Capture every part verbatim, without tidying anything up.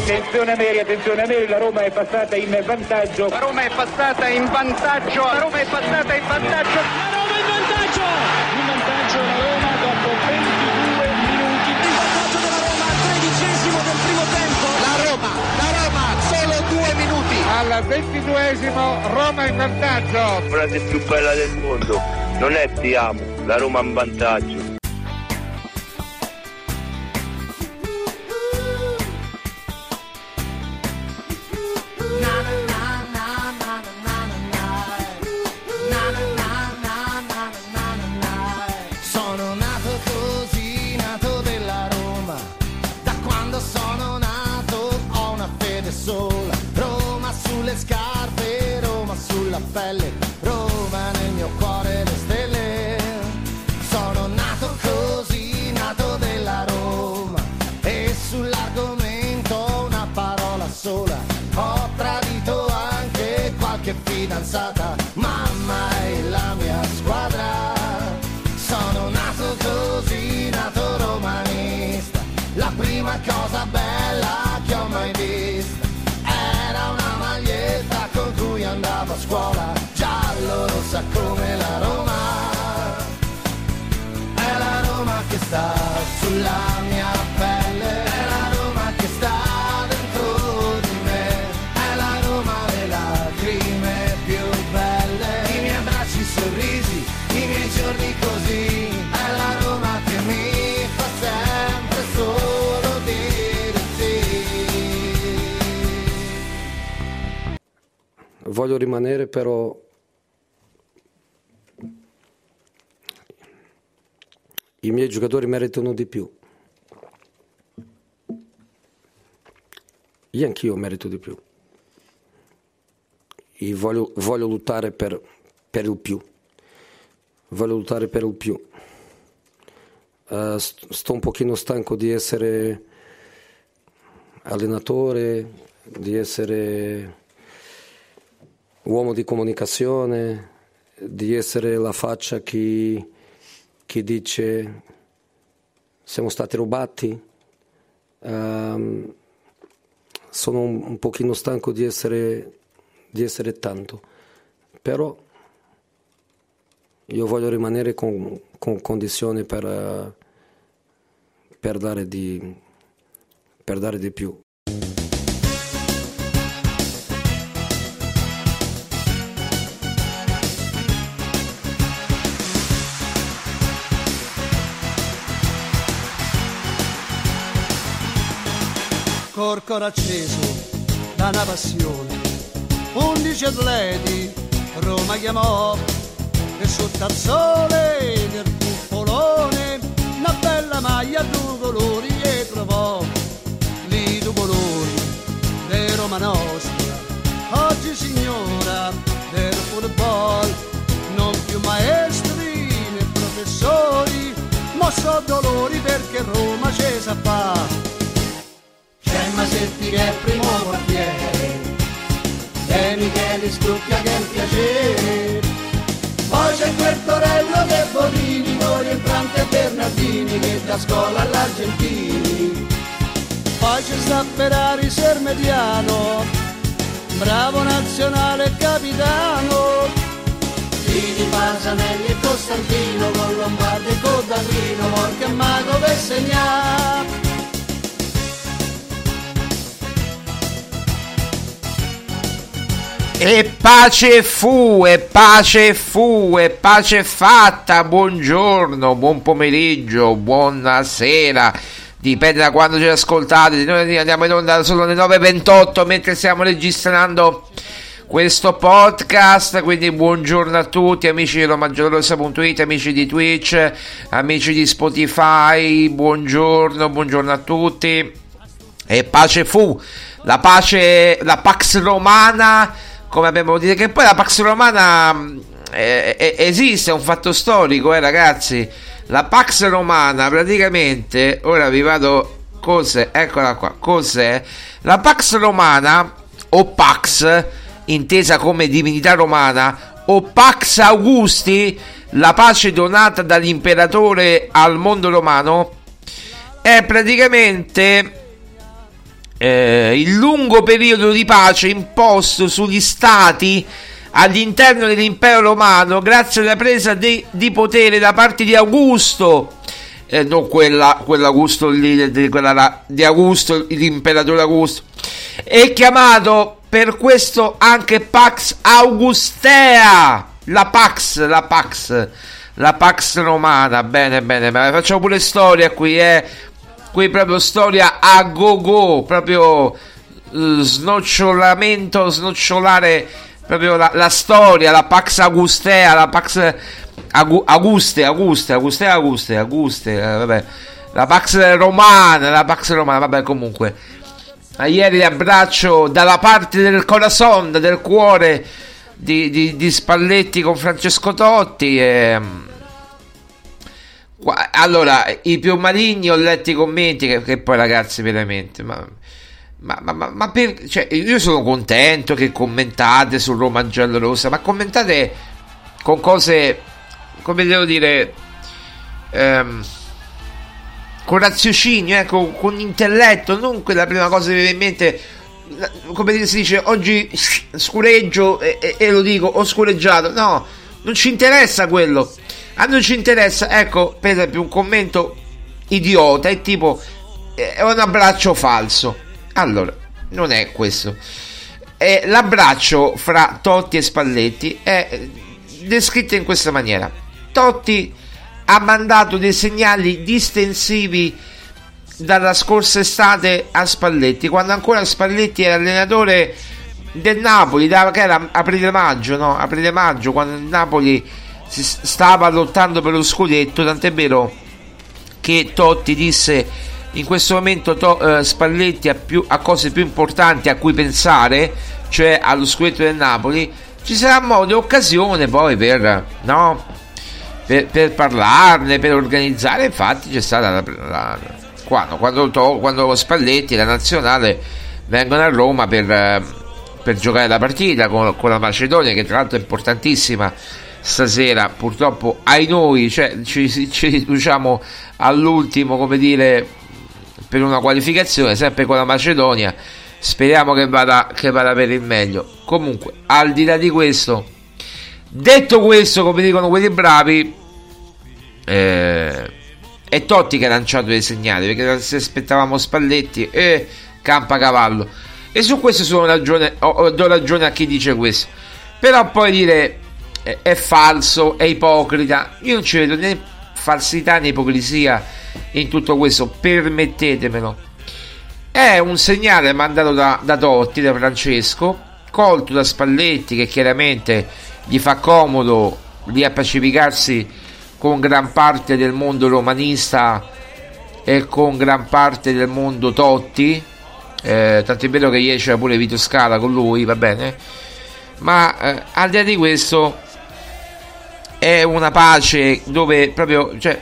Attenzione Ameri, attenzione Ameri, la Roma è passata in vantaggio. La Roma è passata in vantaggio. La Roma è passata in vantaggio. La Roma in vantaggio. In vantaggio la Roma dopo ventidue minuti. In vantaggio della Roma al tredicesimo del primo tempo. La Roma, la Roma, solo due minuti. Al ventiduesimo Roma in vantaggio. La frase più bella del mondo non è ti amo, la Roma in vantaggio. Pelle, Roma nel mio cuore le stelle. Sono nato così, nato della Roma. E sull'argomento una parola sola. Ho tradito anche qualche fidanzata. Mamma è la mia squadra. Sono nato così, nato romanista. La prima cosa bella che ho mai vista era una maglietta con cui andavo a scuola, giallo rossa come la Roma. È la Roma che sta sulla mia pelle, è la Roma che sta dentro di me, è la Roma le lacrime più belle, i miei abbracci, i sorrisi, i miei giorni così, è la Roma che mi fa sempre solo dire sì. Voglio rimanere però i miei giocatori meritano di più. Io anch'io merito di più. Io voglio, voglio lottare per, per il più. Voglio lottare per il più. Uh, sto un pochino stanco di essere allenatore, di essere uomo di comunicazione, di essere la faccia che, che dice siamo stati rubati. Um, sono un, un pochino stanco di essere, di essere tanto, però io voglio rimanere con, con condizioni per, uh, per, dare di, per dare di più. Col coro acceso da una passione, undici atleti Roma chiamò e sotto al sole del cupolone una bella maglia a due colori e trovò lì due colori de Roma nostra. Oggi signora del football, non più maestri né professori, ma so dolori perché Roma c'è sa fa. C'è Masetti che è il primo portiere, c'è Michele Strucchia che è il piacere, poi c'è Quertorello che è Bonini, con Rientrante e Bernardini che da scuola all'Argentini, poi c'è sta Ferrari Sermediano, bravo nazionale e capitano, Tini, Pasanelli e Costantino, con Lombardi e Codallino, Morca e Mago per segnare. E pace fu, e pace fu, e pace fatta. Buongiorno, buon pomeriggio, buonasera, dipende da quando ci ascoltate. Noi andiamo in onda solo alle nove e ventotto mentre stiamo registrando questo podcast, quindi buongiorno a tutti, amici di romagiallorossa punto it, amici di Twitch, amici di Spotify, buongiorno, buongiorno a tutti. E pace fu, la pace, la Pax Romana, come abbiamo detto, che poi la Pax Romana eh, eh, esiste, è un fatto storico, eh ragazzi. La Pax Romana praticamente, ora vi vado, cos'è, eccola qua, cos'è? La Pax Romana, o Pax, intesa come divinità romana, o Pax Augusti, la pace donata dall'imperatore al mondo romano, è praticamente eh, il lungo periodo di pace imposto sugli stati all'interno dell'impero romano grazie alla presa de, di potere da parte di Augusto, eh, non quella, quell'Augusto lì, di, quella, di Augusto, l'imperatore Augusto, è chiamato per questo anche Pax Augustea, la Pax, la Pax, la Pax romana. Bene, bene, bene. Facciamo pure storia qui, eh. Qui proprio storia a go go, proprio uh, snocciolamento, snocciolare proprio la, la storia, la Pax Augustea, la Pax Agu, Auguste, Auguste, Augustea, Auguste, Auguste, eh, vabbè, la Pax romana, la Pax romana, vabbè, comunque. Ieri l'abbraccio dalla parte del corazon, del cuore di, di, di Spalletti con Francesco Totti. E, allora, i più maligni, ho letto i commenti che, che poi, ragazzi, veramente, ma, ma, ma, ma, ma per, cioè, io sono contento che commentate su Roma giallorossa, ma commentate con cose, come devo dire, ehm, con raziocinio, eh, con, con intelletto, non quella prima cosa che viene in mente, come si dice oggi, scureggio e, e, e lo dico, ho scureggiato. No, non ci interessa quello. A noi ci interessa, ecco, per esempio, un commento idiota è tipo è un abbraccio falso. Allora, non è questo. È l'abbraccio fra Totti e Spalletti è descritto in questa maniera. Totti ha mandato dei segnali distensivi dalla scorsa estate a Spalletti, quando ancora Spalletti era allenatore del Napoli, da, che era aprile-maggio, no? Aprile-maggio, quando il Napoli si stava lottando per lo scudetto, tant'è vero che Totti disse: in questo momento to, eh, Spalletti ha, più, ha cose più importanti a cui pensare, cioè allo scudetto del Napoli, ci sarà modo e occasione poi per, no? Per, per parlarne, per organizzare. Infatti c'è stata la, la, quando, quando, quando Spalletti e la nazionale vengono a Roma per, per giocare la partita con, con la Macedonia, che tra l'altro è importantissima stasera. Purtroppo ai noi, cioè, ci, ci riduciamo all'ultimo, come dire, per una qualificazione, sempre con la Macedonia. Speriamo che vada, che vada per il meglio. Comunque, al di là di questo, detto questo, come dicono quelli bravi, eh, è Totti che ha lanciato dei segnali, perché se aspettavamo Spalletti e eh, campa cavallo, e su questo sono ragione, oh, do ragione a chi dice questo. Però poi dire eh, è falso, è ipocrita, io non ci vedo né falsità né ipocrisia in tutto questo, permettetemelo. È un segnale mandato da, da Totti, da Francesco, colto da Spalletti, che chiaramente gli fa comodo di appacificarsi con gran parte del mondo romanista e con gran parte del mondo Totti, eh, tanto è vero che ieri c'era pure Vito Scala con lui, va bene, ma eh, al di là di questo è una pace dove proprio, cioè,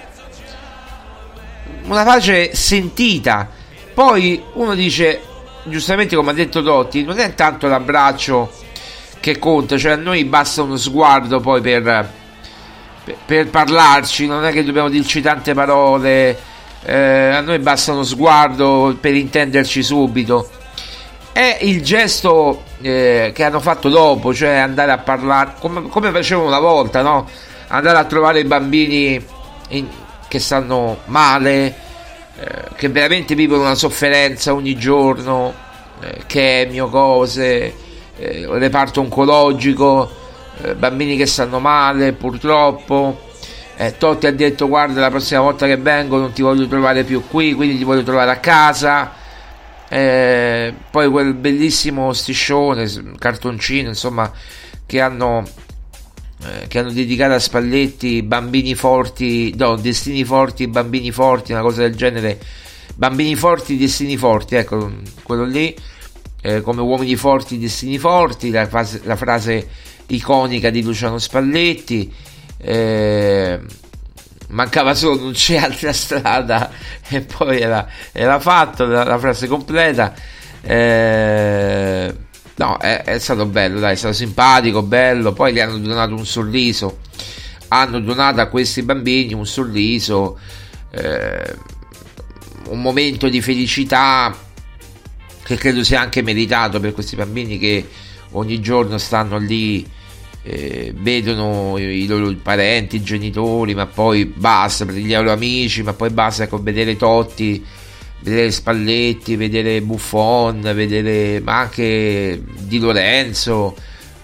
una pace sentita. Poi uno dice, giustamente come ha detto Totti, non è tanto l'abbraccio che conta, cioè a noi basta uno sguardo poi per, per, per parlarci, non è che dobbiamo dirci tante parole, eh, a noi basta uno sguardo per intenderci subito. È il gesto eh, che hanno fatto dopo, cioè andare a parlare come, come facevano una volta, no? Andare a trovare i bambini in, che stanno male, eh, che veramente vivono una sofferenza ogni giorno, eh, chemio, cose, eh, reparto oncologico, eh, bambini che stanno male purtroppo. eh, Totti ha detto: guarda, la prossima volta che vengo non ti voglio trovare più qui, quindi ti voglio trovare a casa. Eh, poi quel bellissimo striscione, cartoncino, insomma, che hanno eh, che hanno dedicato a Spalletti, bambini forti, no, destini forti, bambini forti, una cosa del genere, bambini forti, destini forti, ecco, quello lì, eh, come uomini forti, destini forti, la frase, la frase iconica di Luciano Spalletti. eh, mancava solo non c'è altra strada, e poi era, era fatto la, la frase completa. eh, no è, è stato bello, dai, è stato simpatico, bello. Poi gli hanno donato un sorriso, hanno donato a questi bambini un sorriso, eh, un momento di felicità che credo sia anche meritato per questi bambini che ogni giorno stanno lì, eh, vedono i loro parenti, i genitori, ma poi basta, per gli loro amici, ma poi basta, ecco, vedere Totti, vedere Spalletti, vedere Buffon, vedere, ma anche Di Lorenzo,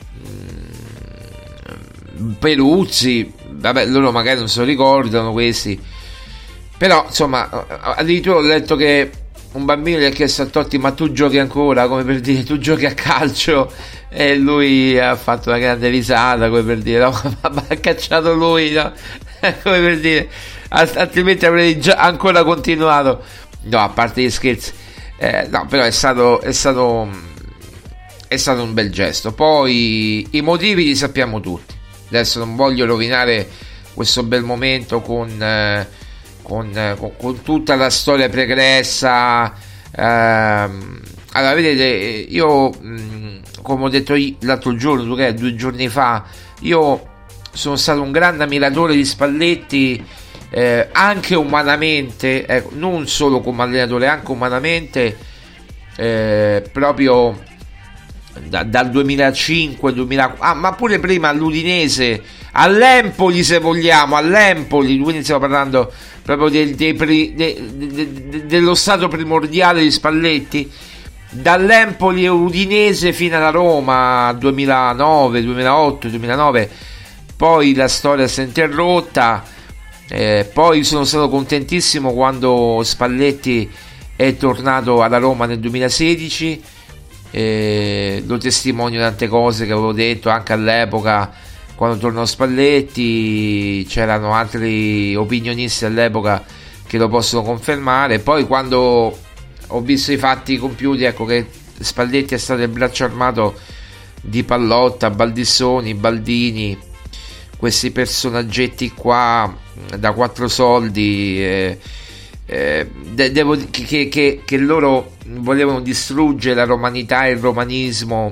Peruzzi, vabbè, loro magari non se lo ricordano questi, però insomma, addirittura ho letto che un bambino gli ha chiesto a Totti: ma tu giochi ancora? Come per dire, tu giochi a calcio? E lui ha fatto una grande risata, come per dire, no, ma ha cacciato lui, no? Come per dire, altrimenti avrei già ancora continuato. No, a parte gli scherzi, eh, no, però è stato è stato è stato un bel gesto. Poi i motivi li sappiamo tutti. Adesso non voglio rovinare questo bel momento con, eh, con, eh, con, con tutta la storia pregressa. Ehm, allora, vedete, io, mh, come ho detto io, l'altro giorno, due, due giorni fa, io sono stato un grande ammiratore di Spalletti, eh, anche umanamente, ecco, non solo come allenatore, anche umanamente, eh, proprio Da, dal duemilacinque duemila, ah, ma pure prima all'Udinese, all'Empoli, se vogliamo, all'Empoli, quindi stiamo parlando proprio dei, dei, dei, de, de, de, dello stato primordiale di Spalletti, dall'Empoli e Udinese fino alla Roma, duemilanove duemilaotto duemilanove, poi la storia si è interrotta, eh, poi sono stato contentissimo quando Spalletti è tornato alla Roma nel duemilasedici. Eh, lo testimonio tante cose che avevo detto anche all'epoca quando tornò Spalletti, c'erano altri opinionisti all'epoca che lo possono confermare. Poi quando ho visto i fatti compiuti, ecco che Spalletti è stato il braccio armato di Pallotta, Baldissoni, Baldini, questi personaggetti qua da quattro soldi, eh, Eh, de- devo che, che, che loro volevano distruggere la romanità e il romanismo,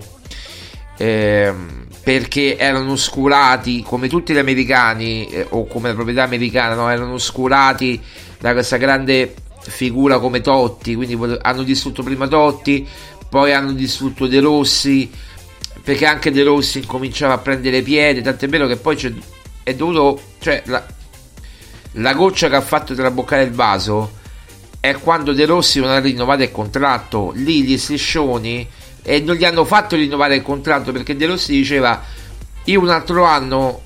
eh, perché erano oscurati come tutti gli americani, eh, o come la proprietà americana, no? Erano oscurati da questa grande figura come Totti, quindi hanno distrutto prima Totti, poi hanno distrutto De Rossi, perché anche De Rossi incominciava a prendere piede, tant'è vero che poi c'è, è dovuto, cioè la La goccia che ha fatto traboccare il vaso è quando De Rossi non ha rinnovato il contratto. Lì gli striscioni, e non gli hanno fatto rinnovare il contratto perché De Rossi diceva: io un altro anno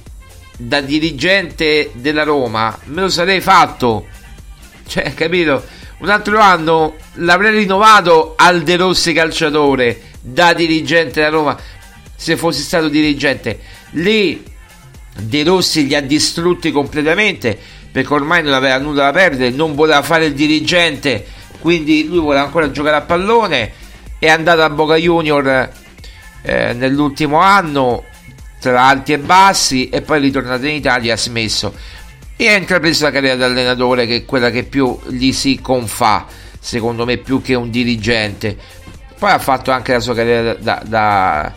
da dirigente della Roma me lo sarei fatto, cioè, capito? Un altro anno l'avrei rinnovato al De Rossi calciatore da dirigente della Roma, se fossi stato dirigente. Lì De Rossi li ha distrutti completamente perché ormai non aveva nulla da perdere, non voleva fare il dirigente, quindi lui voleva ancora giocare a pallone. È andato a Boca Junior eh, nell'ultimo anno tra alti e bassi, e poi è ritornato in Italia, ha smesso e ha intrapreso la carriera da allenatore, che è quella che più gli si confà, secondo me, più che un dirigente. Poi ha fatto anche la sua carriera da, da,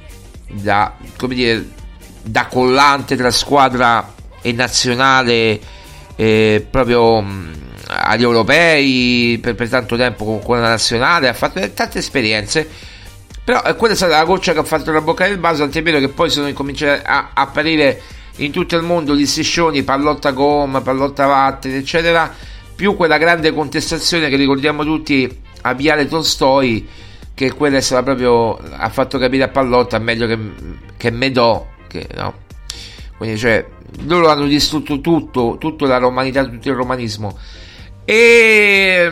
da come dire, da collante tra squadra e nazionale, eh, proprio mh, agli europei per, per tanto tempo con, con la nazionale. Ha fatto tante esperienze, però eh, quella è stata la goccia che ha fatto traboccare il vaso, tant'è vero che poi sono incominciati a, a apparire in tutto il mondo gli striscioni Pallotta Gom, Pallotta Vattene, eccetera, più quella grande contestazione che ricordiamo tutti a Viale Tolstoi, che quella è stata proprio, ha fatto capire a Pallotta meglio che, che Medò, che, no? Quindi, cioè, loro hanno distrutto tutto, tutta la romanità, tutto il romanismo. E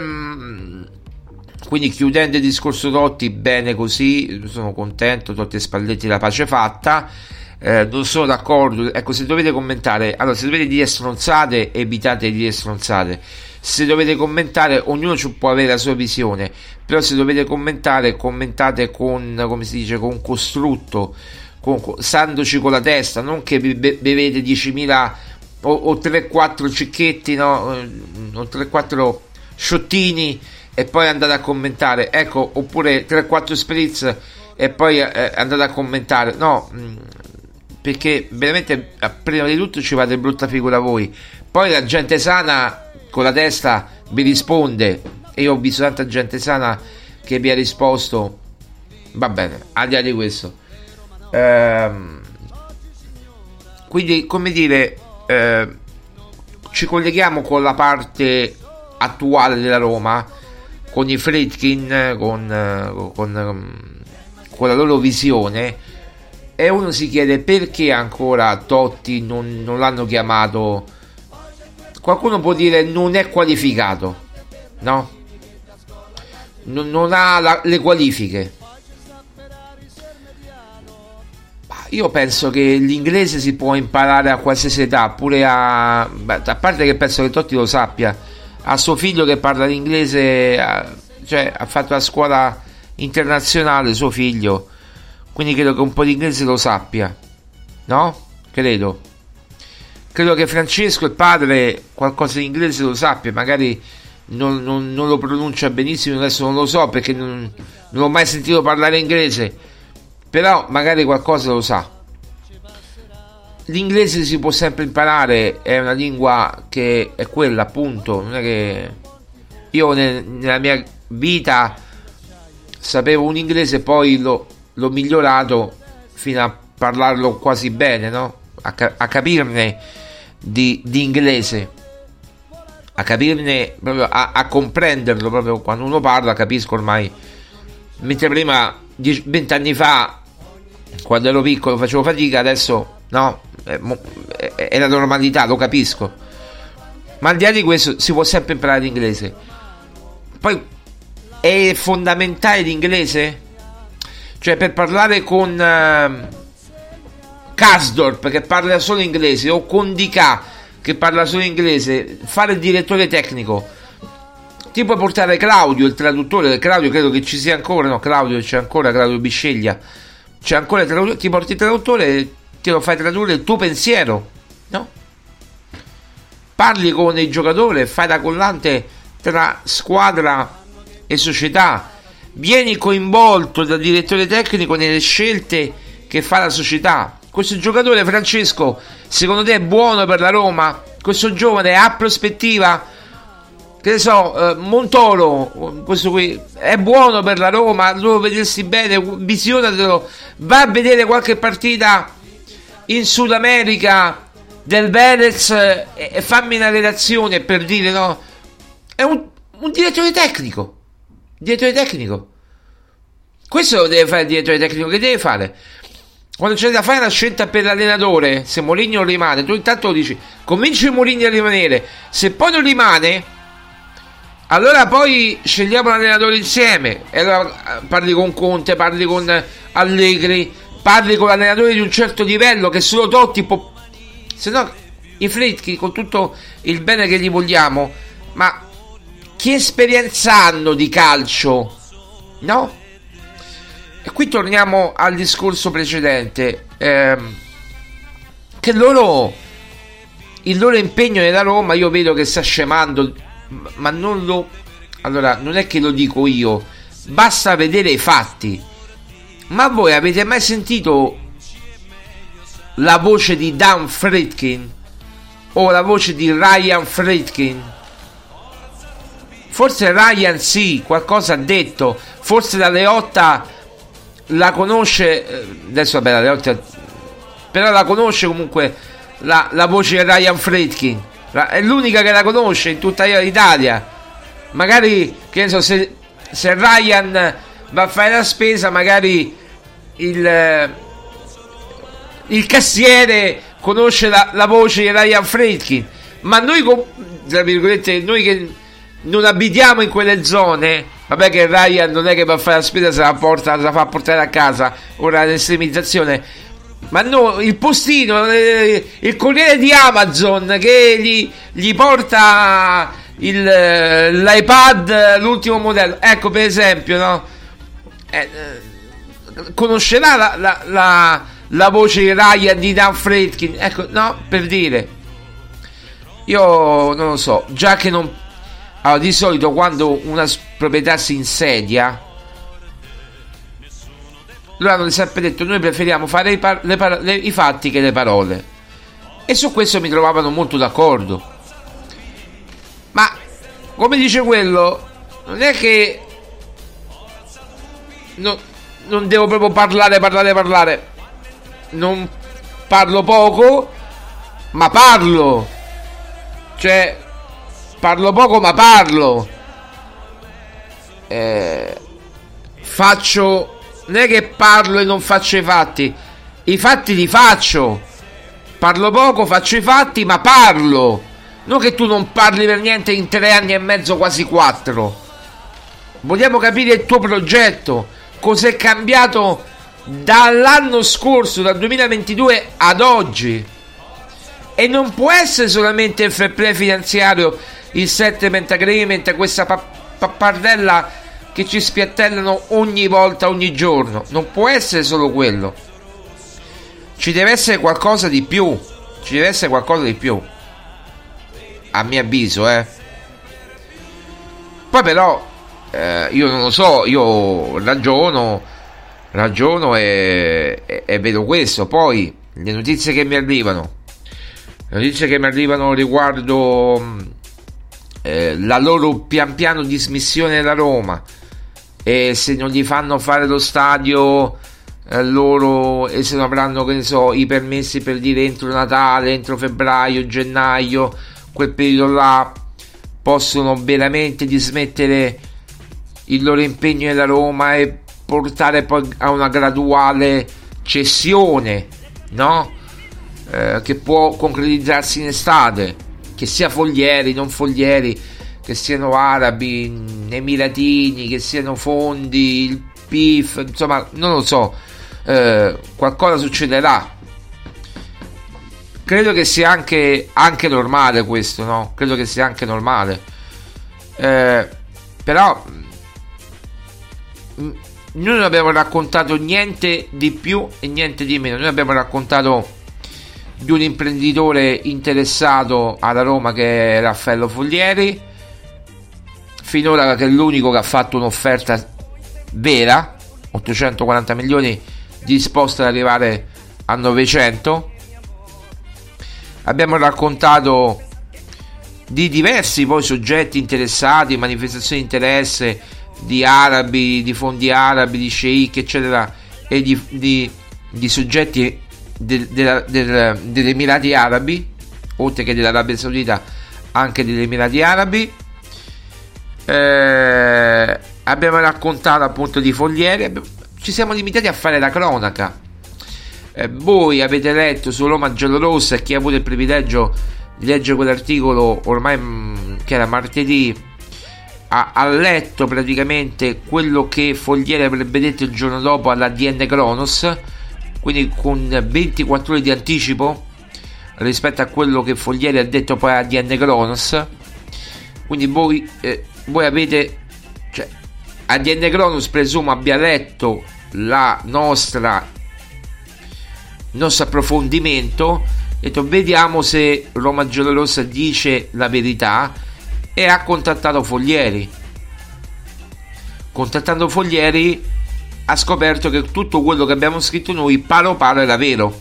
quindi, chiudendo il discorso Totti, bene così, sono contento. Totti e Spalletti, la pace fatta. Eh, non sono d'accordo, ecco, se dovete commentare, allora, se dovete dire stronzate, evitate di dire stronzate. Se dovete commentare, ognuno può avere la sua visione, però se dovete commentare, commentate con, come si dice, con costrutto, con, sandoci con la testa, non che bevete diecimila o, o tre quattro cicchetti, no, o tre quattro sciottini e poi andate a commentare, ecco, oppure tre quattro spritz e poi eh, andate a commentare, no, perché veramente prima di tutto ci fate brutta figura voi, poi la gente sana con la testa vi risponde, e io ho visto tanta gente sana che vi ha risposto. Va bene, al di là di questo, ehm, quindi, come dire, eh, ci colleghiamo con la parte attuale della Roma, con i Friedkin, con, con, con la loro visione, e uno si chiede perché ancora Totti non, non l'hanno chiamato. Qualcuno può dire non è qualificato, no? Non, non ha la, le qualifiche. Io penso che l'inglese si può imparare a qualsiasi età, pure a... Beh, a parte che penso che Totti lo sappia, ha suo figlio che parla l'inglese, cioè ha fatto la scuola internazionale suo figlio, quindi credo che un po' di inglese lo sappia, no? Credo. Credo che Francesco, il padre, qualcosa di inglese lo sappia, magari non, non, non lo pronuncia benissimo, adesso non lo so perché non, non ho mai sentito parlare inglese, però magari qualcosa lo sa. L'inglese si può sempre imparare, è una lingua che è quella, appunto. Non è che io ne, nella mia vita sapevo un inglese, poi l'ho, l'ho migliorato fino a parlarlo quasi bene, no? A, a capirne di, di inglese, a capirne proprio, a, a comprenderlo proprio. Quando uno parla capisco ormai, mentre prima venti anni fa, quando ero piccolo, facevo fatica, adesso no, è, è la normalità, lo capisco. Ma al di là di questo si può sempre imparare l'inglese. Poi è fondamentale l'inglese, cioè per parlare con uh, Kasdorp che parla solo inglese, o con D K che parla solo inglese, fare il direttore tecnico. Ti puoi portare Claudio, il traduttore. Claudio credo che ci sia ancora, no, Claudio c'è ancora, Claudio Bisceglia c'è ancora il traduttore. Ti porti il traduttore e ti lo fai tradurre il tuo pensiero, no? Parli con il giocatore, fai da collante tra squadra e società, vieni coinvolto dal direttore tecnico nelle scelte che fa la società. Questo giocatore, Francesco, secondo te è buono per la Roma? Questo giovane ha prospettiva? Che ne so, eh, Montoro, questo qui è buono per la Roma? Devo vedersi bene, visionatelo, va a vedere qualche partita in Sud America del Vélez e, e fammi una relazione per dire, no? È un, un direttore tecnico, direttore tecnico. Questo lo deve fare il direttore tecnico. Che deve fare? Quando c'è da fare una scelta per l'allenatore, se Mourinho rimane, tu intanto lo dici, convinci Mourinho a rimanere. Se poi non rimane, allora poi scegliamo l'allenatore insieme. E allora parli con Conte, parli con Allegri, parli con l'allenatore di un certo livello che solo Totti può. Se no i Friedkin, con tutto il bene che gli vogliamo, ma che esperienza hanno di calcio, no? E qui torniamo al discorso precedente, ehm, che loro, il loro impegno nella Roma, io vedo che sta scemando, ma non lo, allora non è che lo dico io, basta vedere i fatti. Ma voi avete mai sentito la voce di Dan Friedkin o la voce di Ryan Friedkin? Forse Ryan sì, qualcosa ha detto, forse la Leotta la conosce, adesso vabbè la Leotta, però la conosce comunque la, la voce di Ryan Friedkin, è l'unica che la conosce in tutta l'Italia. Magari, che ne so, se, se Ryan va a fare la spesa, magari il il cassiere conosce la, la voce di Ryan Friedkin, ma noi, tra virgolette, noi che non abitiamo in quelle zone, vabbè che Ryan non è che va a fare la spesa, se la porta, se la fa portare a casa, ora l'estremizzazione, ma no, il postino, il corriere di Amazon che gli, gli porta il, l'iPad, l'ultimo modello, ecco, per esempio, no? Eh, conoscerà la, la, la, la voce di Ryan di Dan Friedkin, ecco, no? Per dire, io non lo so, già che non. Allora, di solito quando una proprietà si insedia, loro hanno sempre detto: noi preferiamo fare i, par- le par- le- i fatti che le parole. E su questo mi trovavano molto d'accordo. Ma come dice quello, non è che no, non devo proprio parlare, parlare, parlare. Non parlo poco, ma parlo. Cioè, parlo poco, ma parlo. Eh, faccio... Non è che parlo e non faccio i fatti. I fatti li faccio. Parlo poco, faccio i fatti, ma parlo. Non che tu non parli per niente in tre anni e mezzo, quasi quattro. Vogliamo capire il tuo progetto. Cos'è cambiato dall'anno scorso, dal duemilaventidue ad oggi. E non può essere solamente il fair play finanziario, il settlement agreement, questa pappardella che ci spiattellano ogni volta, ogni giorno. Non può essere solo quello. Ci deve essere qualcosa di più. Ci deve essere qualcosa di più, a mio avviso, eh. Poi però eh, io non lo so, io ragiono ragiono e, e, e vedo questo. Poi le notizie che mi arrivano le notizie che mi arrivano riguardo eh, la loro pian piano dismissione della Roma, e se non gli fanno fare lo stadio eh, loro, e se non avranno, che ne so, i permessi per dire entro Natale, entro febbraio, gennaio, quel periodo là, possono veramente dismettere il loro impegno nella Roma e portare poi a una graduale cessione, no? Eh, che può concretizzarsi in estate, che sia Foglieri, non Foglieri, che siano arabi, emiratini, che siano fondi, il P I F, insomma, non lo so, eh, qualcosa succederà. Credo che sia anche, anche normale questo, no? Credo che sia anche normale. Eh, però noi non abbiamo raccontato niente di più e niente di meno. Noi abbiamo raccontato di un imprenditore interessato alla Roma, che è Raffaello Foglieri, finora, che è l'unico che ha fatto un'offerta vera, ottocentoquaranta milioni, disposto ad arrivare a novecento. Abbiamo raccontato di diversi poi soggetti interessati, manifestazioni di interesse di arabi, di fondi arabi, di sceicchi, eccetera, e di, di, di soggetti del, del, del, degli Emirati Arabi, oltre che dell'Arabia Saudita, anche degli Emirati Arabi. Eh, abbiamo raccontato appunto di Foglieri. Ci siamo limitati a fare la cronaca. Eh, voi avete letto su Roma Giallorossa, e chi ha avuto il privilegio di leggere quell'articolo ormai mh, che era martedì ha, ha letto praticamente quello che Foglieri avrebbe detto il giorno dopo alla D N Kronos, quindi con ventiquattro ore di anticipo rispetto a quello che Foglieri ha detto poi a D N Kronos. Quindi voi, eh, voi avete, cioè, a D N Kronos presumo abbia letto la nostra il nostro approfondimento, detto vediamo se Roma Giallorossa dice la verità, e ha contattato Foglieri. Contattando Foglieri ha scoperto che tutto quello che abbiamo scritto noi paro paro era vero.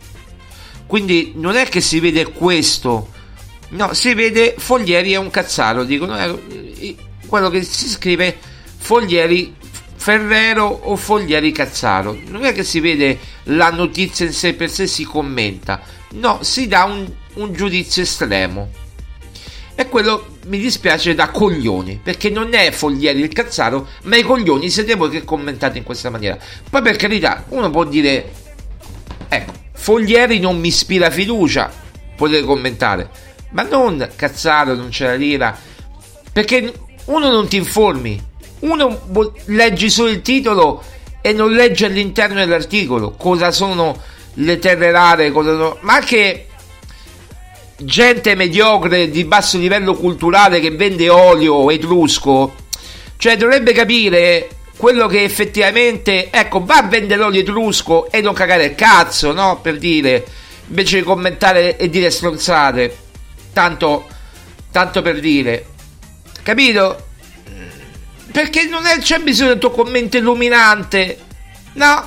Quindi non è che si vede questo, no, si vede Foglieri è un cazzaro, dicono eh, quello che si scrive Foglieri Ferrero o Foglieri Cazzaro. Non è che si vede la notizia in sé per sé, si commenta, no, si dà un, un giudizio estremo, e quello mi dispiace da coglioni, perché non è Foglieri il Cazzaro, ma i coglioni siete voi che commentate in questa maniera. Poi, per carità, uno può dire ecco, Foglieri non mi ispira fiducia, potete commentare, ma non Cazzaro non c'è la lira, perché uno non ti informi. Uno leggi solo il titolo e non legge all'interno dell'articolo cosa sono le terre rare, cosa sono... ma anche gente mediocre di basso livello culturale che vende olio etrusco, cioè dovrebbe capire quello che effettivamente, ecco, va a vendere l'olio etrusco e non cagare il cazzo, no? Per dire, invece di commentare e dire stronzate, tanto, tanto per dire, capito? Perché non è, c'è bisogno del tuo commento illuminante, no?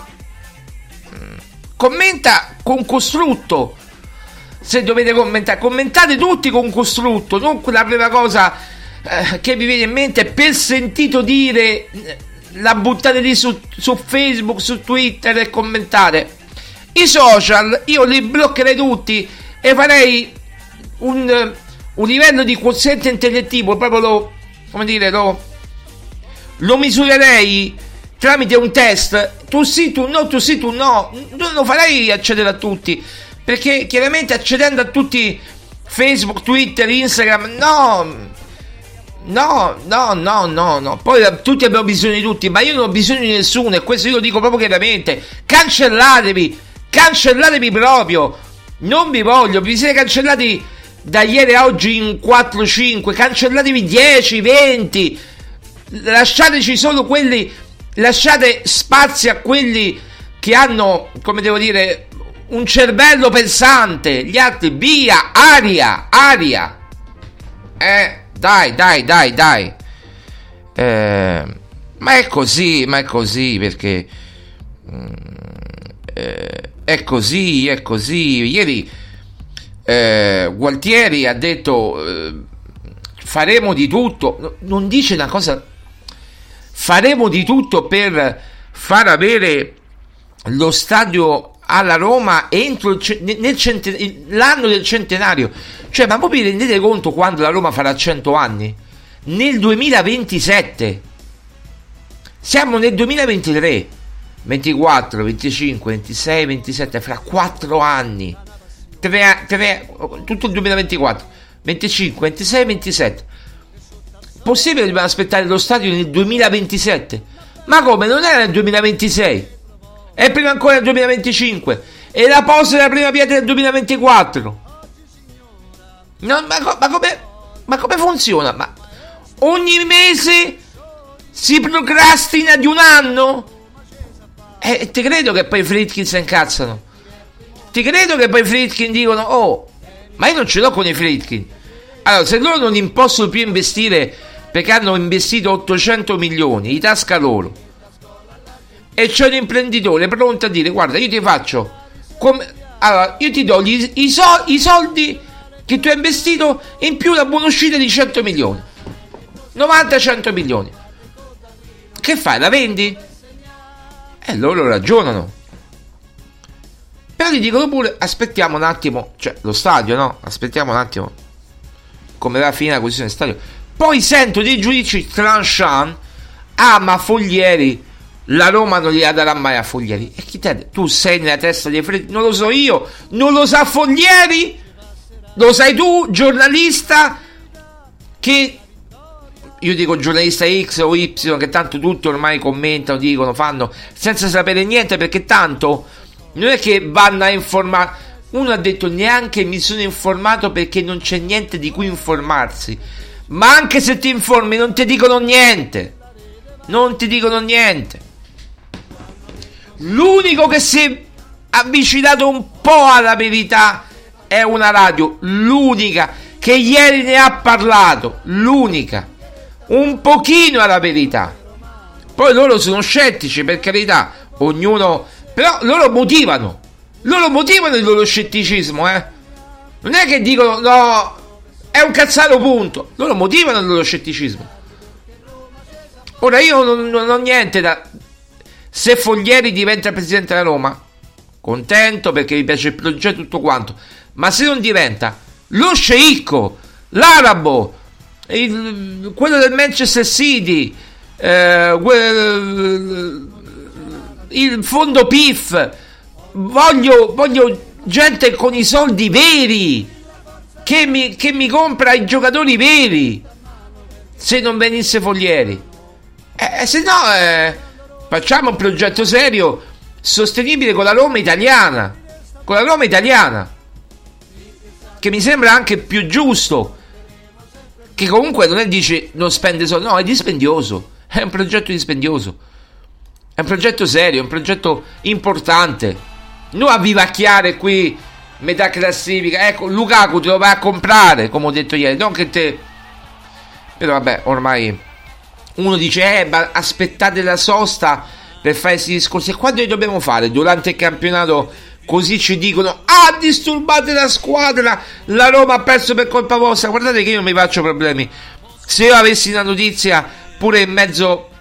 Commenta con costrutto. Se dovete commentare, commentate tutti con costrutto, non la prima cosa eh, che vi viene in mente per sentito dire, la buttate lì su, su Facebook, su Twitter e commentate. I social io li bloccherei tutti e farei un, un livello di quoziente intellettivo, proprio lo, come dire, lo, lo misurerei tramite un test. Tu sì, tu no, tu sì, tu no. Non lo farei accedere a tutti, perché chiaramente accedendo a tutti Facebook, Twitter, Instagram, no, no, no, no, no, no. Poi tutti abbiamo bisogno di tutti, ma io non ho bisogno di nessuno, e questo io lo dico proprio chiaramente. Cancellatevi, cancellatevi proprio. Non vi voglio, vi siete cancellati da ieri a oggi in quattro cinque, cancellatevi dieci venti, lasciateci solo quelli, lasciate spazio a quelli che hanno, come devo dire, un cervello pensante. Gli altri via, aria, aria. Eh, dai, dai, dai, dai. Eh, ma è così, ma è così, perché eh, è così, è così. Ieri eh, Gualtieri ha detto eh, faremo di tutto, non dice una cosa, faremo di tutto per far avere lo stadio alla Roma entro il, nel centen- l'anno del centenario. Cioè, ma voi vi rendete conto quando la Roma farà cento anni? Nel duemilaventisette. Siamo nel duemilaventitré, ventiquattro, venticinque, ventisei, ventisette, fra quattro anni. Tre, tre, tutto il duemilaventiquattro, venticinque, ventisei, ventisette. Possibile che dobbiamo aspettare lo stadio nel duemilaventisette? Ma come? Non era nel duemilaventisei? È prima ancora nel duemilaventicinque, e la posa della prima pietra nel duemilaventiquattro. No, ma, ma come ma come funziona? Ma ogni mese si procrastina di un anno? E eh, ti credo che poi i Friedkin si incazzano. Ti credo che poi i Friedkin dicono: oh, ma io non ce l'ho con i Friedkin. Allora, se loro non possono più investire perché hanno investito ottocento milioni di tasca loro, e c'è un imprenditore pronto a dire: guarda, io ti faccio come, allora io ti do gli, i, so, i soldi che tu hai investito in più la buona uscita di cento milioni, novanta cento milioni, che fai? La vendi? E loro ragionano, però gli dicono pure: aspettiamo un attimo, cioè lo stadio, no? Aspettiamo un attimo come va a finire la questione del stadio. Poi sento dei giudici tranchant: ah, ma Foglieri, la Roma non gliela darà mai a Foglieri. E chi te? Tu sei nella testa dei Friedkin? Non lo so io, non lo sa Foglieri? Lo sai tu, giornalista, che io dico giornalista X o Y, che tanto tutti ormai commentano, dicono, fanno senza sapere niente, perché tanto non è che vanno a informare. Uno ha detto: neanche mi sono informato perché non c'è niente di cui informarsi. Ma anche se ti informi non ti dicono niente, non ti dicono niente. L'unico che si è avvicinato un po' alla verità è una radio, l'unica che ieri ne ha parlato, l'unica, un pochino alla verità. Poi loro sono scettici, per carità, ognuno, però loro motivano, loro motivano il loro scetticismo, eh. Non è che dicono no, è un cazzaro, punto. Loro motivano il loro scetticismo. Ora io non, non ho niente da... Se Foglieri diventa presidente della Roma, contento perché mi piace il progetto, tutto quanto. Ma se non diventa, lo sceicco, l'arabo, il, quello del Manchester City, eh, quel, il fondo P I F, voglio, voglio gente con i soldi veri, che mi, che mi compra i giocatori veri. Se non venisse Foglieri, eh, se no eh, facciamo un progetto serio, sostenibile, con la Roma italiana, con la Roma italiana, che mi sembra anche più giusto, che comunque non è, dice, non spende soldi, no, è dispendioso, è un progetto dispendioso, è un progetto serio, è un progetto importante, non a vivacchiare qui metà classifica. Ecco, Lukaku te lo vai a comprare, come ho detto ieri, non che te, però vabbè, ormai uno dice: eh, ma aspettate la sosta per fare questi discorsi. E quando li dobbiamo fare? Durante il campionato? Così ci dicono: ah, disturbate la squadra, la Roma ha perso per colpa vostra. Guardate che io non mi faccio problemi. Se io avessi una notizia pure in mezzo,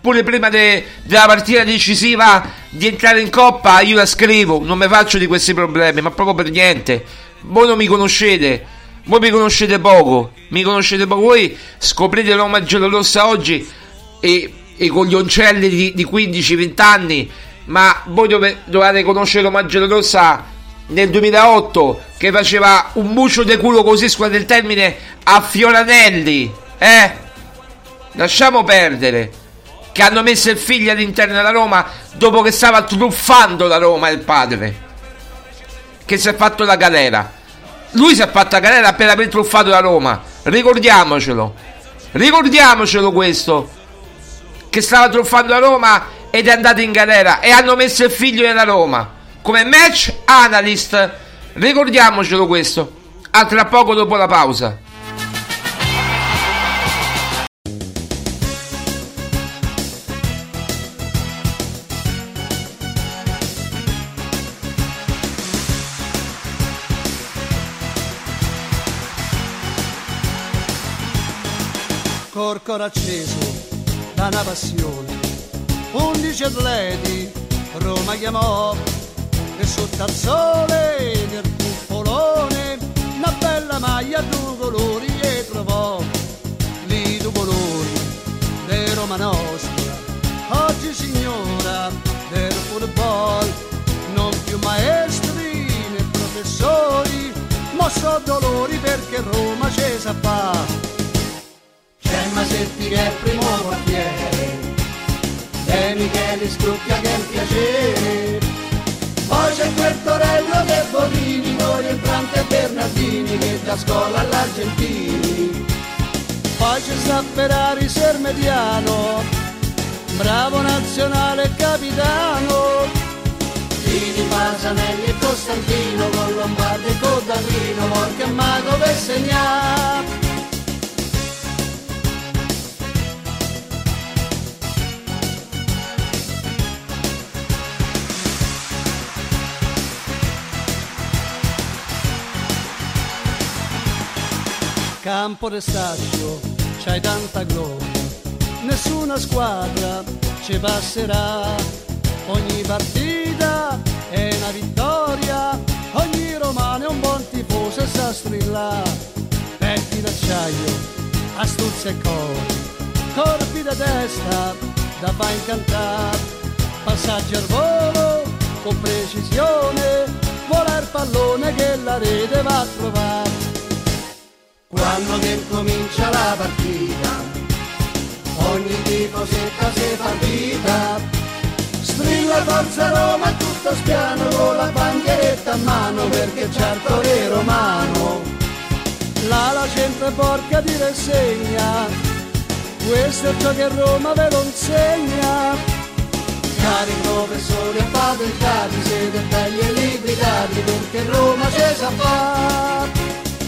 pure prima de, della partita decisiva di entrare in Coppa io la scrivo, non mi faccio di questi problemi, ma proprio per niente. Voi non mi conoscete, voi mi conoscete poco, mi conoscete poco, voi scoprite Roma giallorossa oggi e, e con gli oncelli di, di quindici venti anni, ma voi dove, dovete conoscere Roma giallorossa nel duemilaotto, che faceva un bucio de culo, così scusate il termine, a Fioranelli, eh? Lasciamo perdere, che hanno messo il figlio all'interno della Roma dopo che stava truffando la Roma il padre, che si è fatto la galera. Lui si è fatto la galera per aver truffato la Roma, ricordiamocelo, ricordiamocelo questo, che stava truffando la Roma ed è andato in galera, e hanno messo il figlio nella Roma come match analyst, ricordiamocelo questo. A tra poco dopo la pausa. Col cor acceso da una passione, undici atleti Roma chiamò, e sotto al sole del cupolone una bella maglia a due colori e trovò. Lì due colori di Roma nostra, oggi signora del football, non più maestri né professori, ma so dolori perché Roma ci sa fa. C'è Masetti che è primo portiere, e Michele Scrucchia che è un piacere, poi c'è quel Torello De Bonini, con Entrante e Bernardini che da scuola all'Argentini, poi c'è sta Ferrari Sermediano, bravo nazionale capitano, Gini, Pasanelli e Costantino, con Lombardi e Codallino, porca mago per segnare. Campo de Staccio, c'hai tanta gloria, nessuna squadra ci passerà, ogni partita è una vittoria, ogni romano è un buon tifoso e sa strillare, petti d'acciaio, astuzia e cori, corpi da testa da fa incantare, passaggio al volo con precisione, vola il pallone che la rete va a trovare. Quando che comincia la partita, ogni tifosetta si fa vita, strilla forza Roma tutto spiano, con la bandieretta a mano perché c'è il Torre romano. L'ala centra porca di rassegna, questo è ciò che Roma ve lo insegna. Cari professori appatentati, siete belli e liquidati perché Roma ci sa fare.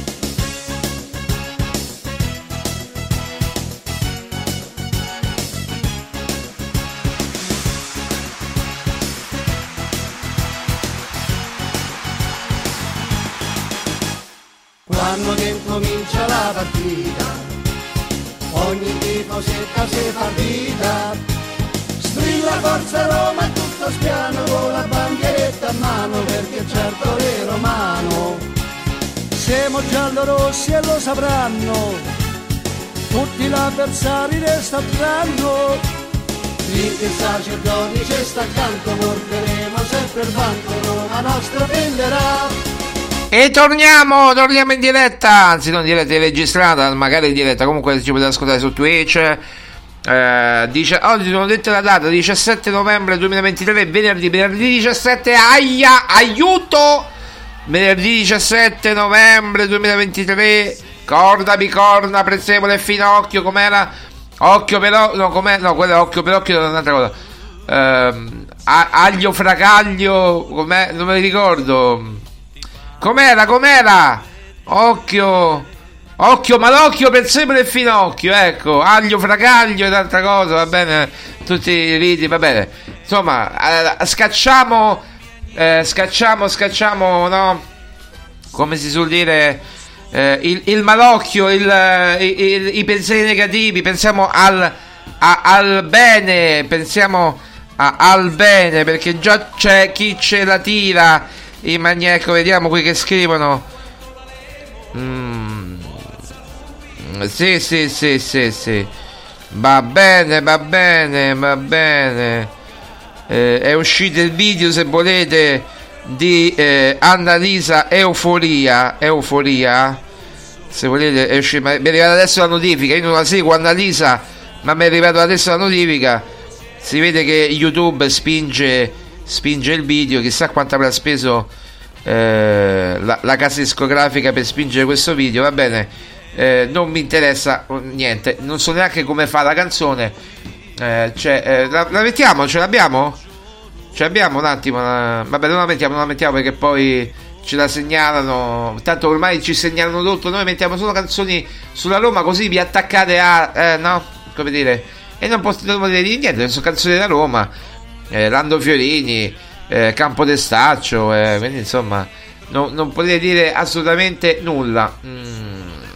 Quando che comincia la partita, ogni tifosetta si fa vita, strilla forza Roma e tutto spiano, con la bandieretta a mano perché c'è il Torre romano. Siamo giallorossi e lo sapranno, tutti gli avversari resteranno, finché sacerdoti ci sta accanto, porteremo sempre il vanto, Roma nostra prenderà. E torniamo, torniamo in diretta, anzi non in diretta, registrata, magari in diretta, comunque ci potete ascoltare su Twitch. Eh, dice, oggi non ho detto la data, diciassette novembre duemilaventitré, venerdì, venerdì diciassette, aia, aiuto! Venerdì diciassette novembre duemilaventitré, corda, bicorna, prezzemolo e finocchio, com'era? Occhio però, no, com'è? No, quello è occhio per occhio, è un'altra cosa. Eh, aglio, fracaglio, com'è? Non me lo ricordo. Com'era, com'era? Occhio, occhio, malocchio, prezzemolo e finocchio, ecco, aglio, fracaglio ed altra cosa, va bene, tutti i riti, va bene. Insomma, eh, scacciamo, eh, scacciamo, scacciamo, no? Come si suol dire, eh, il, il malocchio, il, il, il, i pensieri negativi, pensiamo al, a, al bene, pensiamo a, al bene, perché già c'è chi ce la tira in maniera, ecco, vediamo qui che scrivono. Mm. Sì, sì, sì, sì, sì. Va bene, va bene, va bene. Eh, è uscito il video, se volete, di eh, Annalisa Euforia. Euforia. Se volete, è uscito, mi è arrivata adesso la notifica. Io non la seguo, Annalisa, ma mi è arrivata adesso la notifica. Si vede che YouTube spinge, spinge il video. Chissà quanto avrà speso eh, la, la casa discografica per spingere questo video. Va bene. Eh, non mi interessa niente, non so neanche come fa la canzone. Eh, cioè, eh, la, la mettiamo? Ce l'abbiamo? Ce l'abbiamo un attimo? La... Vabbè, non la mettiamo, non la mettiamo perché poi ce la segnalano. Tanto ormai ci segnalano tutto. Noi mettiamo solo canzoni sulla Roma, così vi attaccate a. Eh, no? Come dire? E non potete dire niente, sono canzoni della Roma. Eh, Lando Fiorini, eh, Campo Testaccio. Eh, quindi insomma, no, non potete dire assolutamente nulla. Mm.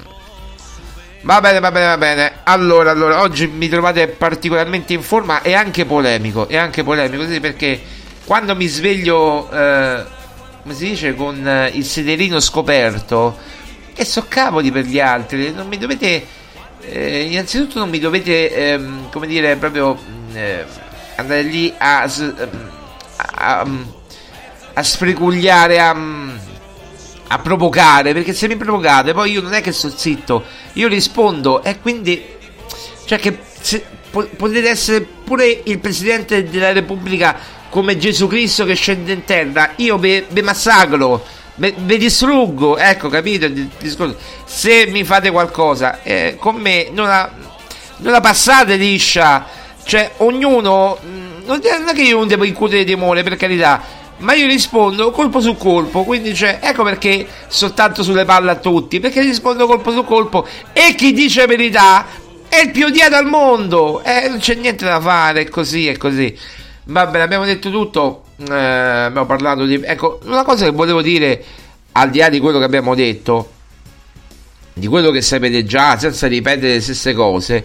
Va bene, va bene, va bene. Allora, allora, oggi mi trovate particolarmente in forma e anche polemico. E anche polemico, sì, perché quando mi sveglio, eh, come si dice, con eh, il sederino scoperto, e so cavoli per gli altri. Non mi dovete, eh, innanzitutto, non mi dovete, eh, come dire, proprio eh, andare lì a, a, a, a sfrecugliare, a. a provocare, perché se mi provocate poi io non è che sto zitto, io rispondo, e quindi cioè che se, po- potete essere pure il Presidente della Repubblica come Gesù Cristo che scende in terra, io vi massacro, vi distruggo, ecco, capito il discorso? Se mi fate qualcosa eh, con me non la, non la passate liscia, cioè ognuno mh, non è che io non devo incutere timore, per carità, ma io rispondo colpo su colpo, quindi cioè, ecco perché soltanto sulle palle a tutti, perché rispondo colpo su colpo, e chi dice la verità è il più odiato al mondo, eh, non c'è niente da fare, è così, è così. Va bene, abbiamo detto tutto, eh, abbiamo parlato di. Ecco, una cosa che volevo dire, al di là di quello che abbiamo detto, di quello che sapete già, senza ripetere le stesse cose,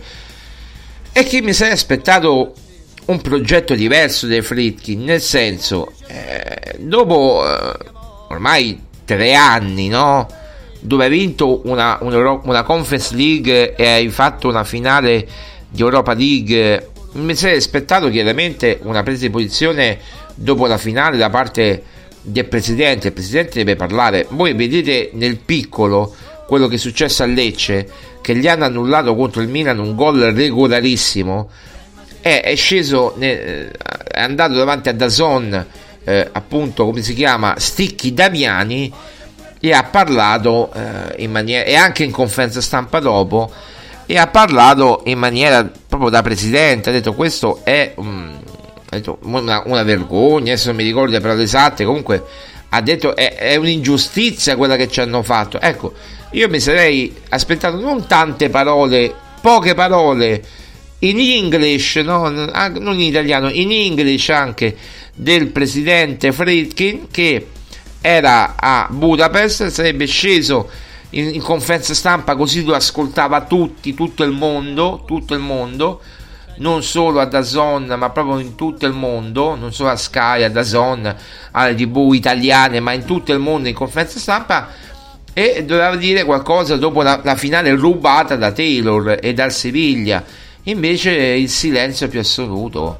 è che mi sarei aspettato un progetto diverso dei Friedkin, nel senso, eh, dopo eh, ormai tre anni, no? Dove hai vinto una, una, una Conference League e hai fatto una finale di Europa League, mi sarei aspettato chiaramente una presa di posizione dopo la finale da parte del Presidente. Il Presidente deve parlare. Voi vedete nel piccolo quello che è successo a Lecce, che gli hanno annullato contro il Milan un gol regolarissimo. È, è sceso, ne, è andato davanti a DAZN, eh, appunto, come si chiama, Sticchi Damiani, e ha parlato eh, in maniera, e anche in conferenza stampa dopo, e ha parlato in maniera proprio da presidente. Ha detto questo è, um, ha detto una, una vergogna, adesso non mi ricordo le parole esatte, comunque ha detto è, è un'ingiustizia quella che ci hanno fatto. Ecco, io mi sarei aspettato non tante parole, poche parole in English, no? Non in italiano, in English anche, del presidente Friedkin, che era a Budapest, sarebbe sceso in, in conferenza stampa, così lo ascoltava tutti, tutto il mondo, tutto il mondo, non solo a DAZN, ma proprio in tutto il mondo, non solo a Sky, a DAZN, alle tv italiane, ma in tutto il mondo in conferenza stampa, e doveva dire qualcosa dopo la, la finale rubata da Taylor e dal Siviglia. Invece il silenzio più assoluto.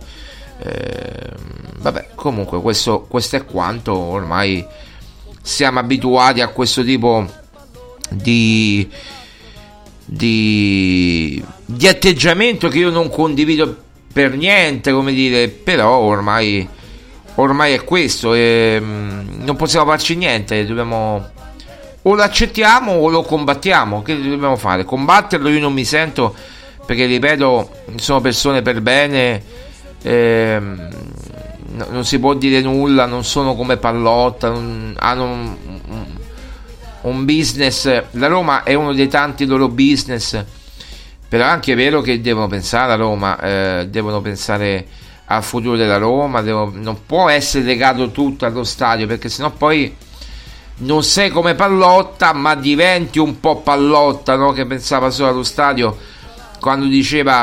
Eh, vabbè, comunque questo, questo è quanto. Ormai siamo abituati a questo tipo di, di, di atteggiamento che io non condivido per niente, come dire, però ormai, ormai è questo, e non possiamo farci niente, dobbiamo, o lo accettiamo o lo combattiamo. Che dobbiamo fare? Combatterlo io non mi sento, perché ripeto, sono persone per bene, ehm, non si può dire nulla, non sono come Pallotta, non, hanno un, un, un business. La Roma è uno dei tanti loro business, però è anche vero che devono pensare a Roma, eh, devono pensare al futuro della Roma, devo, non può essere legato tutto allo stadio, perché sennò poi non sei come Pallotta, ma diventi un po' Pallotta, no? Che pensava solo allo stadio, quando diceva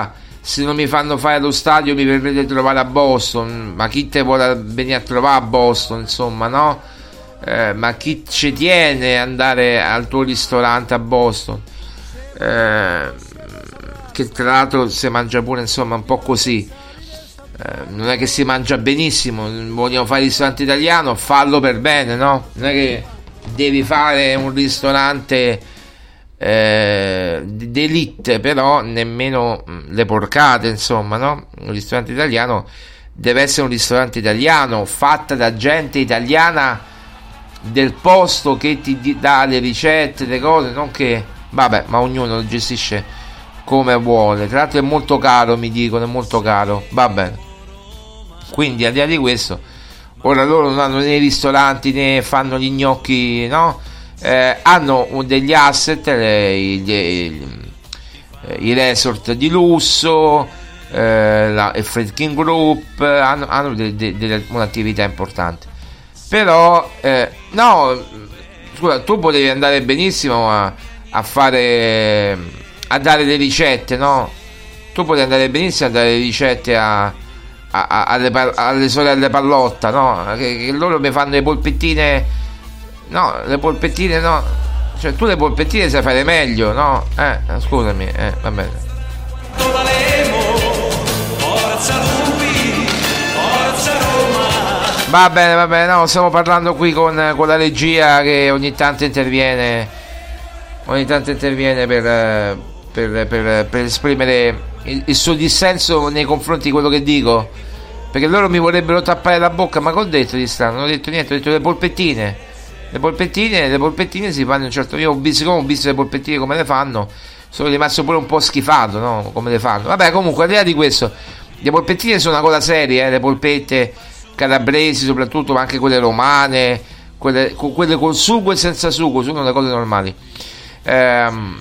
se non mi fanno fare lo stadio mi verrete a trovare a Boston, ma chi te vuole venire a trovare a Boston, insomma, no? Eh, ma chi ci tiene andare al tuo ristorante a Boston, eh, che tra l'altro si mangia pure, insomma, un po' così, eh, non è che si mangia benissimo. Vogliamo fare il ristorante italiano, fallo per bene, no? Non è che devi fare un ristorante eh, d'elite, però nemmeno le porcate, insomma, no? Un ristorante italiano deve essere un ristorante italiano, fatta da gente italiana del posto, che ti dà le ricette, le cose, non che, vabbè, ma ognuno lo gestisce come vuole. Tra l'altro è molto caro, mi dicono, è molto caro, va bene. Quindi al di là di questo, ora loro non hanno né ristoranti né fanno gli gnocchi, no? Eh, hanno degli asset, le, i, i, i resort di lusso, eh, la, il Friedkin Group, hanno, hanno de, de, de, un'attività importante. Però eh, no, scusa, tu potevi andare benissimo a, a fare, a dare le ricette, no? Tu potevi andare benissimo a dare le ricette a, a, a, alle, alle sorelle Pallotta, no? Che, che loro mi fanno le polpettine, no? Le polpettine, no? Cioè tu le polpettine sai fare meglio, no? Eh, scusami, eh, va bene. Va bene, va bene, no, stiamo parlando qui con, con la regia che ogni tanto interviene, ogni tanto interviene per, per, per, per esprimere il, il suo dissenso nei confronti di quello che dico, perché loro mi vorrebbero tappare la bocca, ma che ho detto di strano? Non ho detto niente, ho detto le polpettine, le polpettine, le polpettine si fanno in un certo, io ho visto, ho visto le polpettine come le fanno, sono rimasto pure un po' schifato, no? Come le fanno, vabbè, comunque al di là di questo, le polpettine sono una cosa seria, eh, le polpette calabresi soprattutto, ma anche quelle romane, quelle, quelle col sugo e senza sugo, sono le cose normali. Ehm,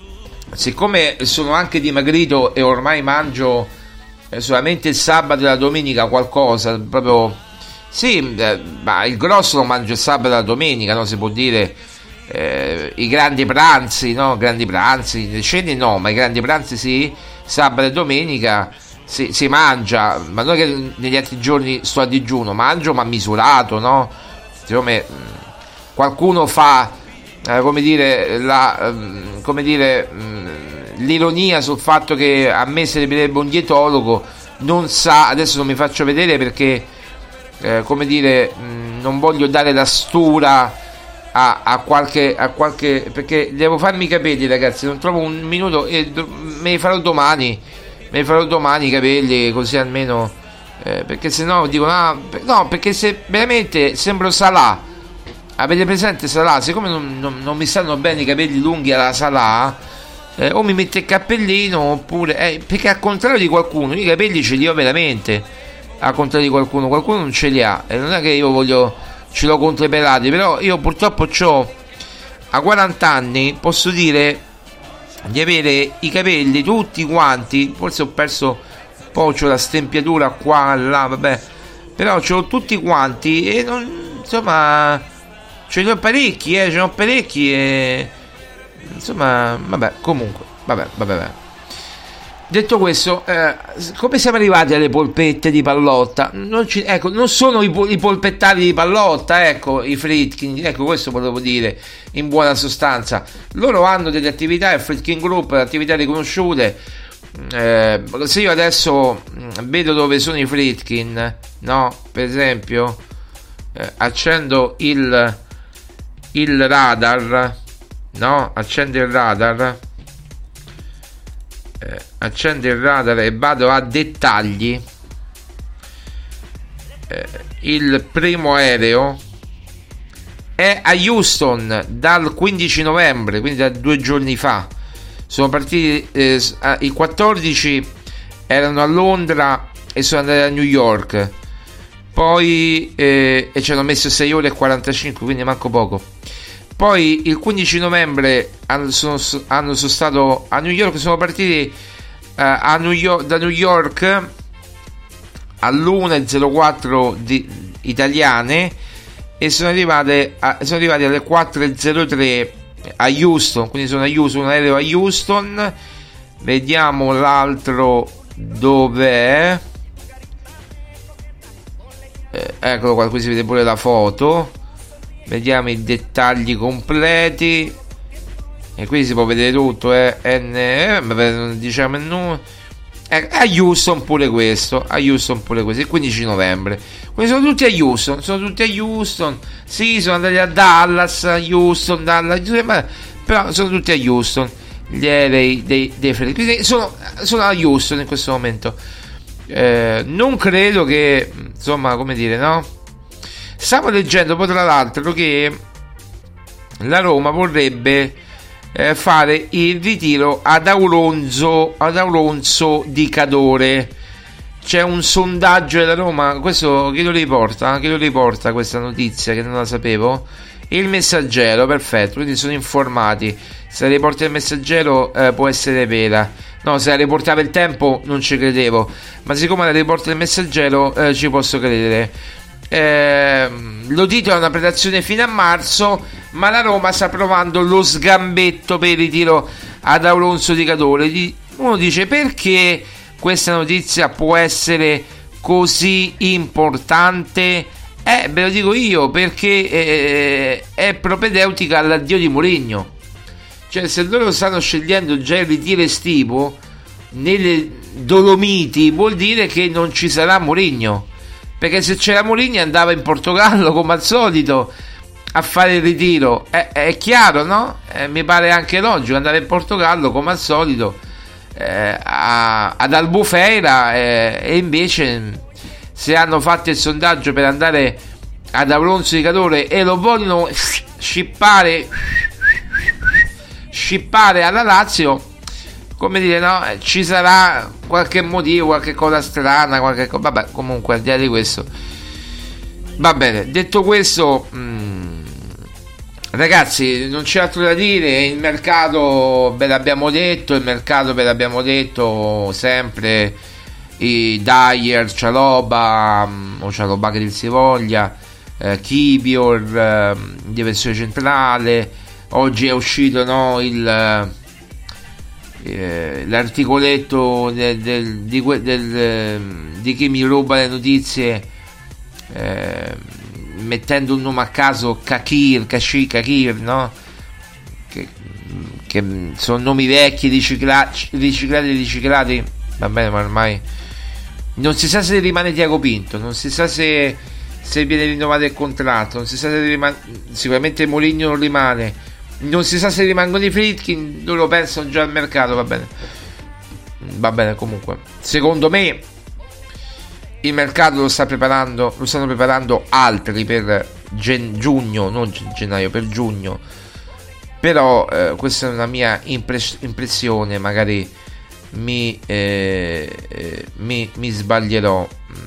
siccome sono anche dimagrito e ormai mangio eh, solamente il sabato e la domenica qualcosa, proprio sì, eh, ma il grosso lo mangio il sabato e la domenica, no? Si può dire eh, i grandi pranzi, no? Grandi pranzi, le cene no, ma i grandi pranzi sì, sabato e domenica. Si, si mangia, ma non è che negli altri giorni sto a digiuno, mangio ma misurato, no? Siccome qualcuno fa eh, come dire la, come dire l'ironia sul fatto che a me servirebbe un dietologo, non sa, adesso non mi faccio vedere perché eh, come dire non voglio dare la stura a, a qualche a qualche perché devo farmi i capelli, ragazzi, non trovo un minuto e do, me li farò domani. Me farò domani i capelli, così almeno eh, perché sennò dicono ah, no, perché se veramente sembro Salah, avete presente Salah? Siccome non, non, non mi stanno bene i capelli lunghi alla Salah, eh, o mi mette il cappellino oppure eh, perché al contrario di qualcuno i capelli ce li ho veramente, al contrario di qualcuno qualcuno non ce li ha, e non è che io voglio ce l'ho contro i pelati, però io purtroppo c'ho a quaranta anni, posso dire di avere i capelli tutti quanti, forse ho perso un po', c'ho la stempiatura qua là, vabbè, però c'ho tutti quanti e non, insomma ce ne ho parecchi, eh, ce ne ho parecchi e insomma vabbè, comunque vabbè, vabbè, vabbè. Detto questo, eh, come siamo arrivati alle polpette di Pallotta? Non ci, ecco, non sono i, i polpettari di Pallotta, ecco, i Friedkin, ecco, questo volevo dire in buona sostanza. Loro hanno delle attività, il Friedkin Group, attività riconosciute. Eh, se io adesso vedo dove sono i Friedkin, no? Per esempio, eh, accendo il, il radar, no? Accendo il radar. Eh, accendo il radar e vado a dettagli. Eh, il primo aereo è a Houston dal quindici novembre, quindi da due giorni fa. Sono partiti eh, i quattordici erano a Londra e sono andati a New York, poi eh, e ci hanno messo sei ore e quarantacinque, quindi manco poco. Poi il quindici novembre hanno, sono, hanno, sono stato a New York, sono partiti uh, a New York, da New York all'una e zero quattro di, italiane e sono arrivate a, sono arrivati alle quattro e zero tre a Houston, quindi sono a Houston, un aereo a Houston. Vediamo l'altro dov'è? Eh, eccolo qua, qui si vede pure la foto. Vediamo i dettagli completi. E qui si può vedere tutto, eh. N, diciamo il numero. Eh, a Houston pure questo. A Houston pure questo. Il quindici novembre. Quindi sono tutti a Houston. Sono tutti a Houston. Sì, sono andati a Dallas, Houston, Dallas. Però sono tutti a Houston. Gli aerei dei, dei Quindi sono, sono a Houston in questo momento. Eh, non credo che, insomma, come dire, no? Stavo leggendo poi tra l'altro che la Roma vorrebbe eh, fare il ritiro ad Auronzo, ad Auronzo di Cadore. C'è un sondaggio della Roma, questo chi lo riporta? Chi lo riporta questa notizia che non la sapevo? Il Messaggero, perfetto, quindi sono informati. Se la riporta il Messaggero eh, può essere vera. No, se la riportava il Tempo non ci credevo, ma siccome la riporta il Messaggero eh, ci posso credere. Eh, lo titola una predazione fino a marzo, ma la Roma sta provando lo sgambetto per il ritiro ad Auronzo di Cadore. Uno dice: perché questa notizia può essere così importante? Eh, ve lo dico io, perché eh, è propedeutica all'addio di Mourinho. Cioè, se loro stanno scegliendo già il ritiro estivo nelle Dolomiti, vuol dire che non ci sarà Mourinho. Perché se c'era Mourinho andava in Portogallo come al solito a fare il ritiro. È, è chiaro, no? Eh, mi pare anche logico andare in Portogallo come al solito eh, a, ad Albufeira eh, e invece se hanno fatto il sondaggio per andare ad Auronzo di Cadore e lo vogliono scippare scippare alla Lazio, come dire, no, ci sarà qualche motivo, qualche cosa strana, qualche cosa, vabbè, comunque al di là di questo va bene. Detto questo, mh, ragazzi, non c'è altro da dire. Il mercato ve l'abbiamo detto, il mercato ve l'abbiamo detto sempre, i Dyer, Cialoba o Cialoba che dir si voglia, eh, Kivior, eh, difensore centrale. Oggi è uscito, no, il eh, l'articoletto del, del, di, del, di chi mi ruba le notizie, eh, mettendo un nome a caso, Kakir, Kashi, Kakir, no? Che, che sono nomi vecchi, riciclati, riciclati, riciclati. Va bene, ma ormai non si sa se rimane Tiago Pinto, non si sa se, se viene rinnovato il contratto, non si sa se rimane, sicuramente Mourinho non rimane. Non si sa se rimangono i Friedkin, loro pensano già al mercato, va bene. Va bene, comunque. Secondo me il mercato lo sta preparando, lo stanno preparando altri per gen- giugno, non gennaio, per giugno. Però eh, questa è una mia impres- impressione, magari mi, eh, eh, mi, mi sbaglierò.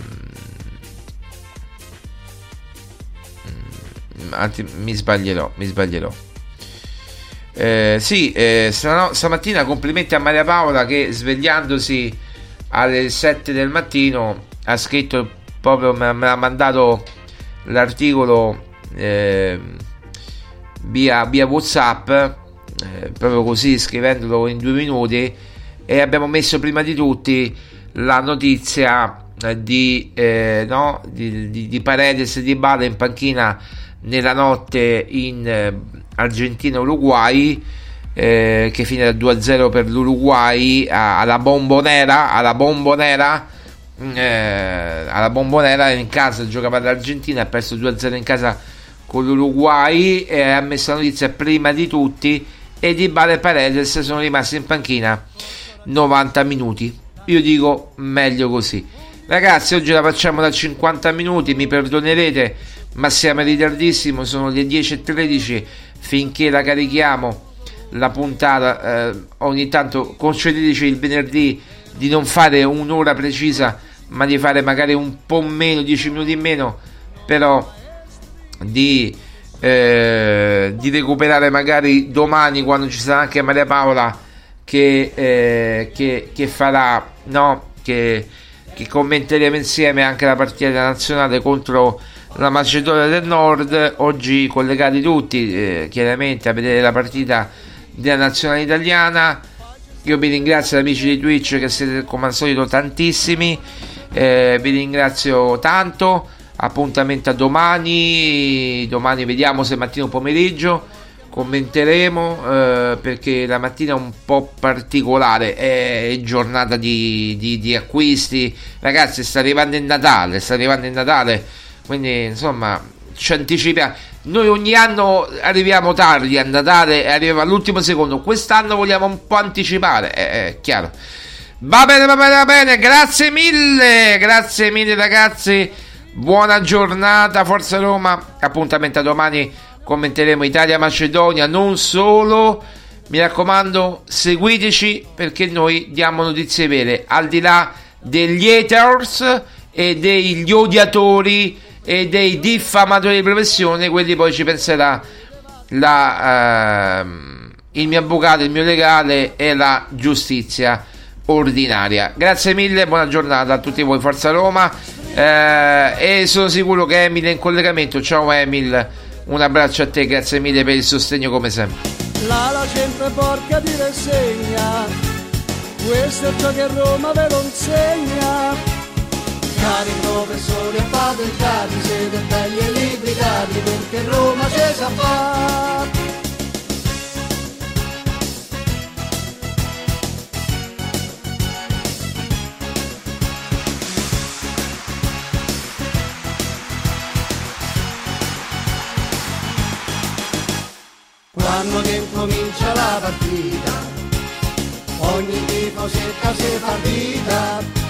Mm, anzi, mi sbaglierò, mi sbaglierò. Eh, sì, eh, stano, stamattina complimenti a Maria Paola che svegliandosi alle sette del mattino ha scritto proprio, me, me l'ha mandato l'articolo eh, via, via WhatsApp, eh, proprio così, scrivendolo in due minuti, e abbiamo messo prima di tutti la notizia di, eh, no, di, di, di Paredes e Dybala in panchina nella notte in eh, Argentina-Uruguay, eh, che fine da due a zero per l'Uruguay a, alla Bombonera, alla Bombonera, eh, alla Bombonera in casa giocava l'Argentina, ha perso due a zero in casa con l'Uruguay e ha messo la notizia prima di tutti, e Dybala e Paredes sono rimasti in panchina novanta minuti. Io dico meglio così. Ragazzi, oggi la facciamo da cinquanta minuti, mi perdonerete, ma siamo in ritardissimo, sono le dieci e tredici. Finché la carichiamo la puntata, eh, ogni tanto concedeteci il venerdì di non fare un'ora precisa, ma di fare magari un po' meno, dieci minuti in meno, però di, eh, di recuperare magari domani, quando ci sarà anche Maria Paola che, eh, che, che farà, no, che, che commenteremo insieme anche la partita nazionale contro la Macedonia del Nord. Oggi collegati tutti, eh, chiaramente, a vedere la partita della nazionale italiana. io vi ringrazio amici di Twitch che siete come al solito tantissimi, eh, vi ringrazio tanto, appuntamento a domani, domani vediamo se mattino o pomeriggio, commenteremo eh, perché la mattina è un po' particolare, è giornata di, di, di acquisti, ragazzi, sta arrivando il Natale, sta arrivando il Natale, quindi insomma ci anticipiamo. Noi ogni anno arriviamo tardi a Natale e arriviamo all'ultimo secondo, quest'anno vogliamo un po' anticipare, è, è chiaro. Va bene, va bene, va bene, grazie mille, grazie mille ragazzi, buona giornata, Forza Roma, appuntamento a domani, commenteremo Italia-Macedonia, non solo, mi raccomando seguiteci perché noi diamo notizie vere, al di là degli haters e degli odiatori e dei diffamatori di professione, quelli poi ci penserà la, ehm, il mio avvocato, il mio legale e la giustizia ordinaria. Grazie mille, buona giornata a tutti voi, Forza Roma, eh, e sono sicuro che Emil è in collegamento. Ciao Emil, un abbraccio a te, grazie mille per il sostegno come sempre. La la gente porca di rassegna, questo è ciò che Roma ve lo insegna. Cari professori appatentati, siete belli e liquidati perché Roma ce sa fa. Quando che comincia la partita, ogni tifo cerca se partita.